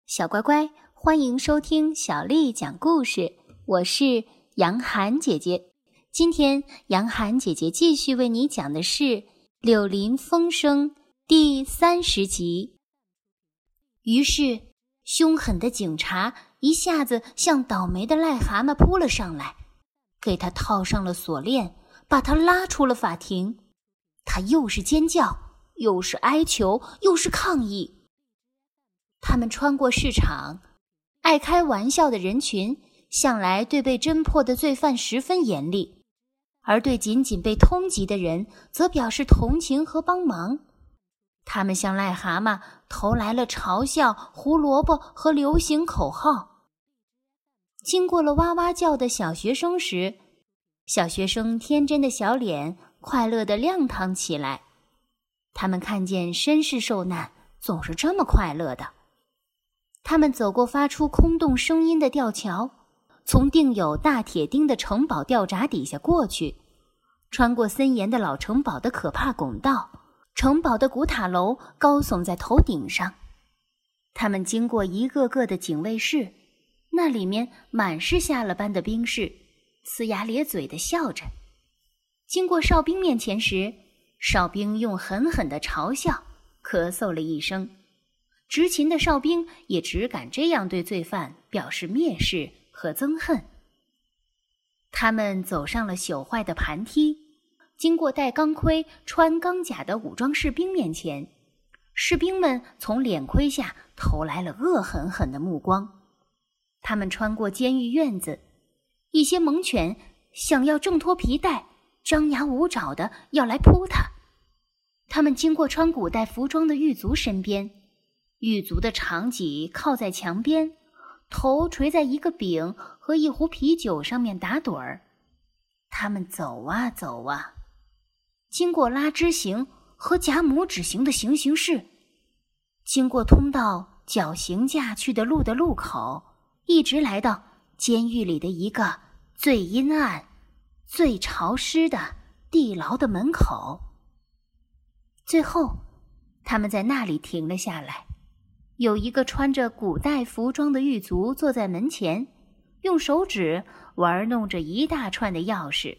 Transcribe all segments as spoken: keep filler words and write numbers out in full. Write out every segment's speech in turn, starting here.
小乖乖，欢迎收听小丽讲故事，我是杨涵姐姐。今天杨涵姐姐继续为你讲的是《柳林风声》第三十集。于是，凶狠的警察一下子向倒霉的癞蛤蟆扑了上来，给他套上了锁链，把他拉出了法庭。他又是尖叫，又是哀求，又是抗议。他们穿过市场，爱开玩笑的人群向来对被侦破的罪犯十分严厉，而对仅仅被通缉的人则表示同情和帮忙。他们向癞蛤蟆投来了嘲笑、胡萝卜和流行口号。经过了哇哇叫的小学生时，小学生天真的小脸快乐地亮堂起来。他们看见绅士受难总是这么快乐的。他们走过发出空洞声音的吊桥，从钉有大铁钉的城堡吊闸底下过去，穿过森严的老城堡的可怕拱道，城堡的古塔楼高耸在头顶上。他们经过一个个的警卫室，那里面满是下了班的兵士，呲牙咧嘴地笑着。经过哨兵面前时，哨兵用狠狠的嘲笑咳嗽了一声。执勤的哨兵也只敢这样对罪犯表示蔑视和憎恨。他们走上了朽坏的盘梯，经过戴钢盔、穿钢甲的武装士兵面前，士兵们从脸盔下投来了恶狠狠的目光。他们穿过监狱院子，一些猛犬想要挣脱皮带，张牙舞爪的要来扑他。他们经过穿古代服装的狱卒身边，狱卒的长脊靠在墙边，头垂在一个饼和一壶啤酒上面打盹儿。他们走啊走啊，经过拉枝形和夹拇指形的行刑室，经过通到绞刑架去的路的路口，一直来到监狱里的一个最阴暗、最潮湿的地牢的门口。最后，他们在那里停了下来。有一个穿着古代服装的狱卒坐在门前，用手指玩弄着一大串的钥匙。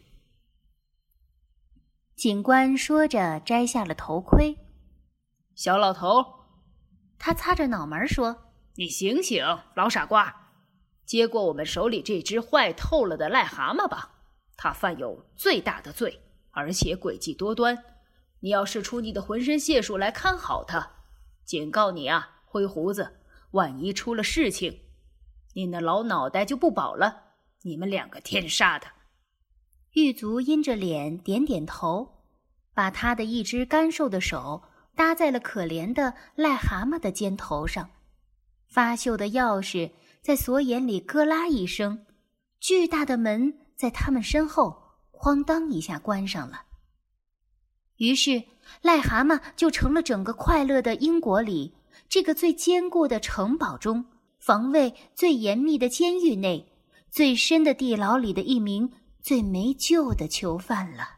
警官说着摘下了头盔。 小老头， 他擦着脑门说， 你醒醒，老傻瓜，接过我们手里这只坏透了的癞蛤蟆吧。他犯有最大的罪，而且诡计多端，你要使出你的浑身解数来看好他。警告你啊，灰胡子，万一出了事情，你那老脑袋就不保了。你们两个天杀的！ 狱卒阴着脸点点头，把他的一只干瘦的手搭在了可怜的癞蛤蟆的肩头上。发锈的钥匙在锁眼里咯啦一声，巨大的门在他们身后哐当一下关上了。于是癞蛤蟆就成了整个快乐的英国里这个最坚固的城堡中，防卫最严密的监狱内，最深的地牢里的一名最没救的囚犯了。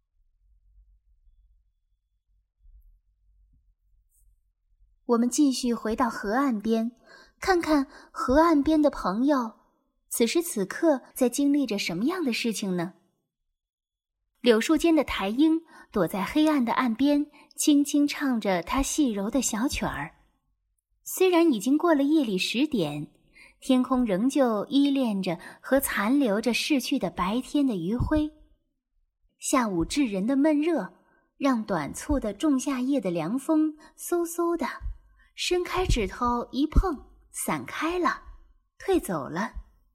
我们继续回到河岸边，看看河岸边的朋友此时此刻在经历着什么样的事情呢？柳树间的台鹰躲在黑暗的岸边，轻轻唱着它细柔的小曲儿。虽然已经过了夜里十点，天空仍旧依恋着和残留着逝去的白天的余晖。下午炙人的闷热，让短促的仲夏夜的凉风嗖嗖的伸开指头一碰，散开了，退走了。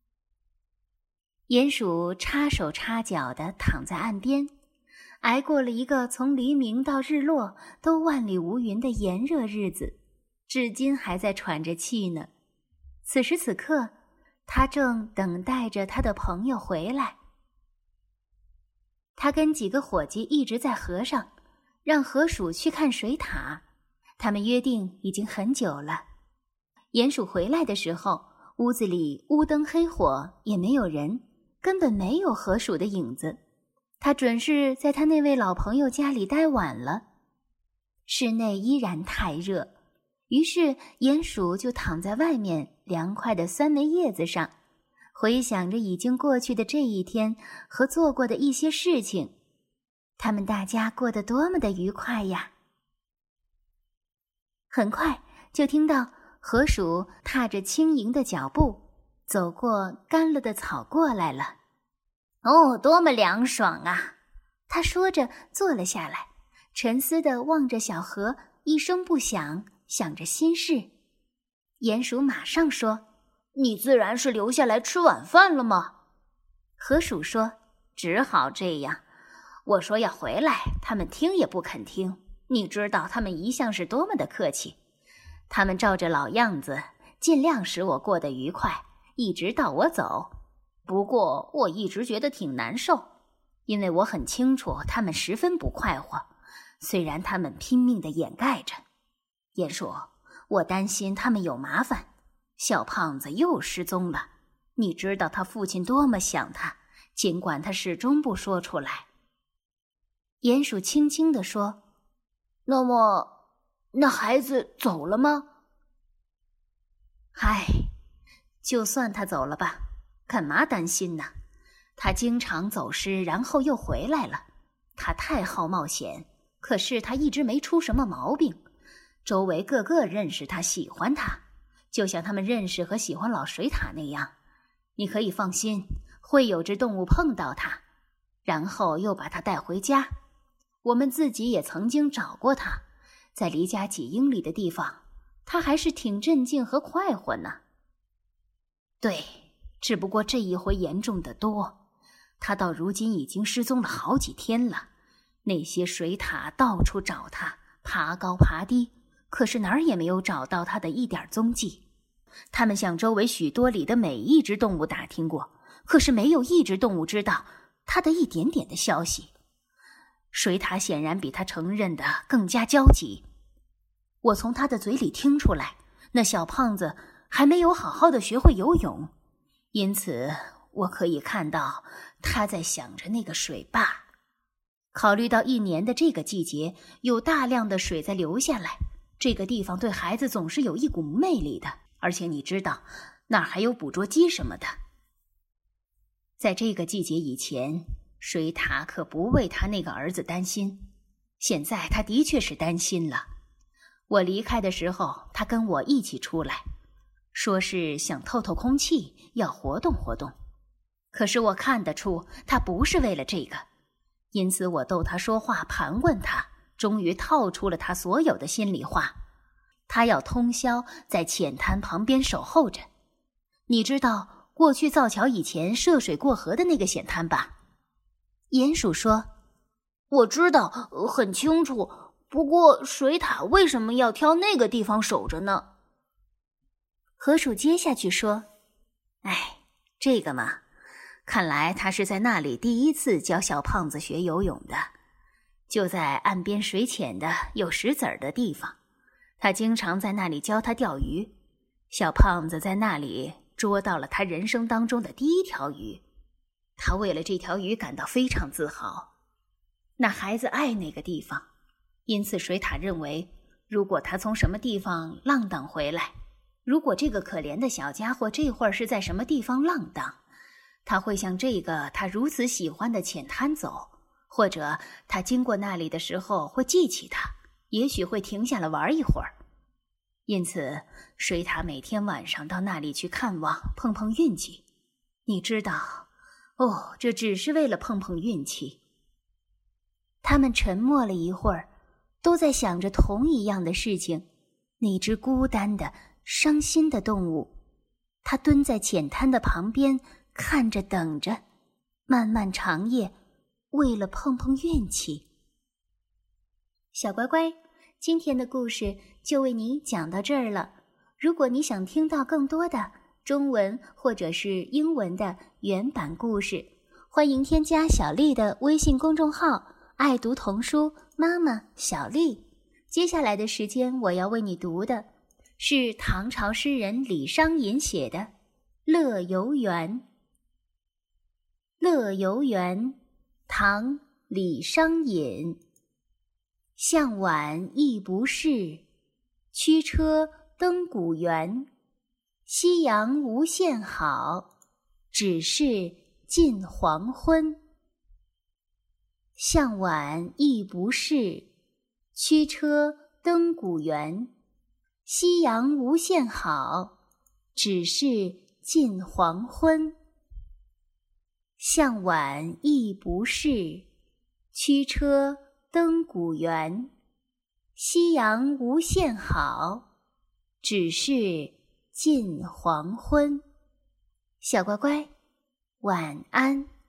鼹鼠插手插脚地躺在岸边，挨过了一个从黎明到日落都万里无云的炎热日子，至今还在喘着气呢。此时此刻，他正等待着他的朋友回来。他跟几个伙计一直在河上，让河鼠去看水獭。他们约定已经很久了。鼹鼠回来的时候，屋子里乌灯黑火，也没有人，根本没有河鼠的影子。他准是在他那位老朋友家里待晚了。室内依然太热， 于是鼹鼠就躺在外面凉快的酸梅叶子上，回想着已经过去的这一天和做过的一些事情。他们大家过得多么的愉快呀！很快就听到河鼠踏着轻盈的脚步走过干了的草过来了。哦，多么凉爽啊！他说着坐了下来，沉思地望着小河，一声不响，想着心事。鼹鼠马上说：你自然是留下来吃晚饭了吗？河鼠说：只好这样。我说要回来，他们听也不肯听。你知道他们一向是多么的客气，他们照着老样子，尽量使我过得愉快，一直到我走。不过我一直觉得挺难受，因为我很清楚他们十分不快活，虽然他们拼命地掩盖着。鼹鼠，我担心他们有麻烦。小胖子又失踪了，你知道他父亲多么想他，尽管他始终不说出来。鼹鼠轻轻地说：那么那孩子走了吗？唉，就算他走了吧，干嘛担心呢？他经常走失，然后又回来了。他太好冒险，可是他一直没出什么毛病。周围个个认识他，喜欢他，就像他们认识和喜欢老水獭那样。你可以放心，会有只动物碰到他，然后又把他带回家。我们自己也曾经找过他，在离家几英里的地方，他还是挺镇静和快活呢。对，只不过这一回严重得多，他到如今已经失踪了好几天了。那些水獭到处找他，爬高爬低，可是哪儿也没有找到他的一点踪迹。他们向周围许多里的每一只动物打听过，可是没有一只动物知道他的一点点的消息。水獭显然比他承认的更加焦急。我从他的嘴里听出来，那小胖子还没有好好的学会游泳，因此我可以看到他在想着那个水坝。考虑到一年的这个季节有大量的水在流下来，这个地方对孩子总是有一股魅力的，而且你知道那儿还有捕捉机什么的。在这个季节以前，水獭可不为他那个儿子担心，现在他的确是担心了。我离开的时候，他跟我一起出来，说是想透透空气，要活动活动。可是我看得出他不是为了这个，因此我逗他说话，盘问他，终于套出了他所有的心里话。他要通宵在浅滩旁边守候着。你知道过去造桥以前涉水过河的那个险滩吧？鼹鼠说：我知道，很清楚，不过水獭为什么要挑那个地方守着呢？河鼠接下去说：哎，这个嘛，看来他是在那里第一次教小胖子学游泳的，就在岸边水浅的有石子儿的地方，他经常在那里教他钓鱼。小胖子在那里捉到了他人生当中的第一条鱼，他为了这条鱼感到非常自豪。那孩子爱那个地方，因此水獭认为，如果他从什么地方浪荡回来，如果这个可怜的小家伙这会儿是在什么地方浪荡，他会向这个他如此喜欢的浅滩走，或者他经过那里的时候会记起他，也许会停下来玩一会儿。因此水獭每天晚上到那里去看望，碰碰运气。你知道，哦，这只是为了碰碰运气。他们沉默了一会儿，都在想着同一样的事情。那只孤单的伤心的动物，它蹲在浅滩的旁边，看着等着，漫漫长夜，为了碰碰运气。小乖乖，今天的故事就为你讲到这儿了。如果你想听到更多的中文或者是英文的原版故事，欢迎添加小丽的微信公众号爱读童书妈妈小丽。接下来的时间我要为你读的是唐朝诗人李商隐写的《乐游原》。乐游原，唐，李商隐。向晚意不适， 驱车登古原，夕阳无限好，只是近黄昏。向晚意不适，驱车登古原，夕阳无限好，只是近黄昏。向晚意不适，驱车登古原，夕阳无限好，只是近黄昏。小乖乖，晚安。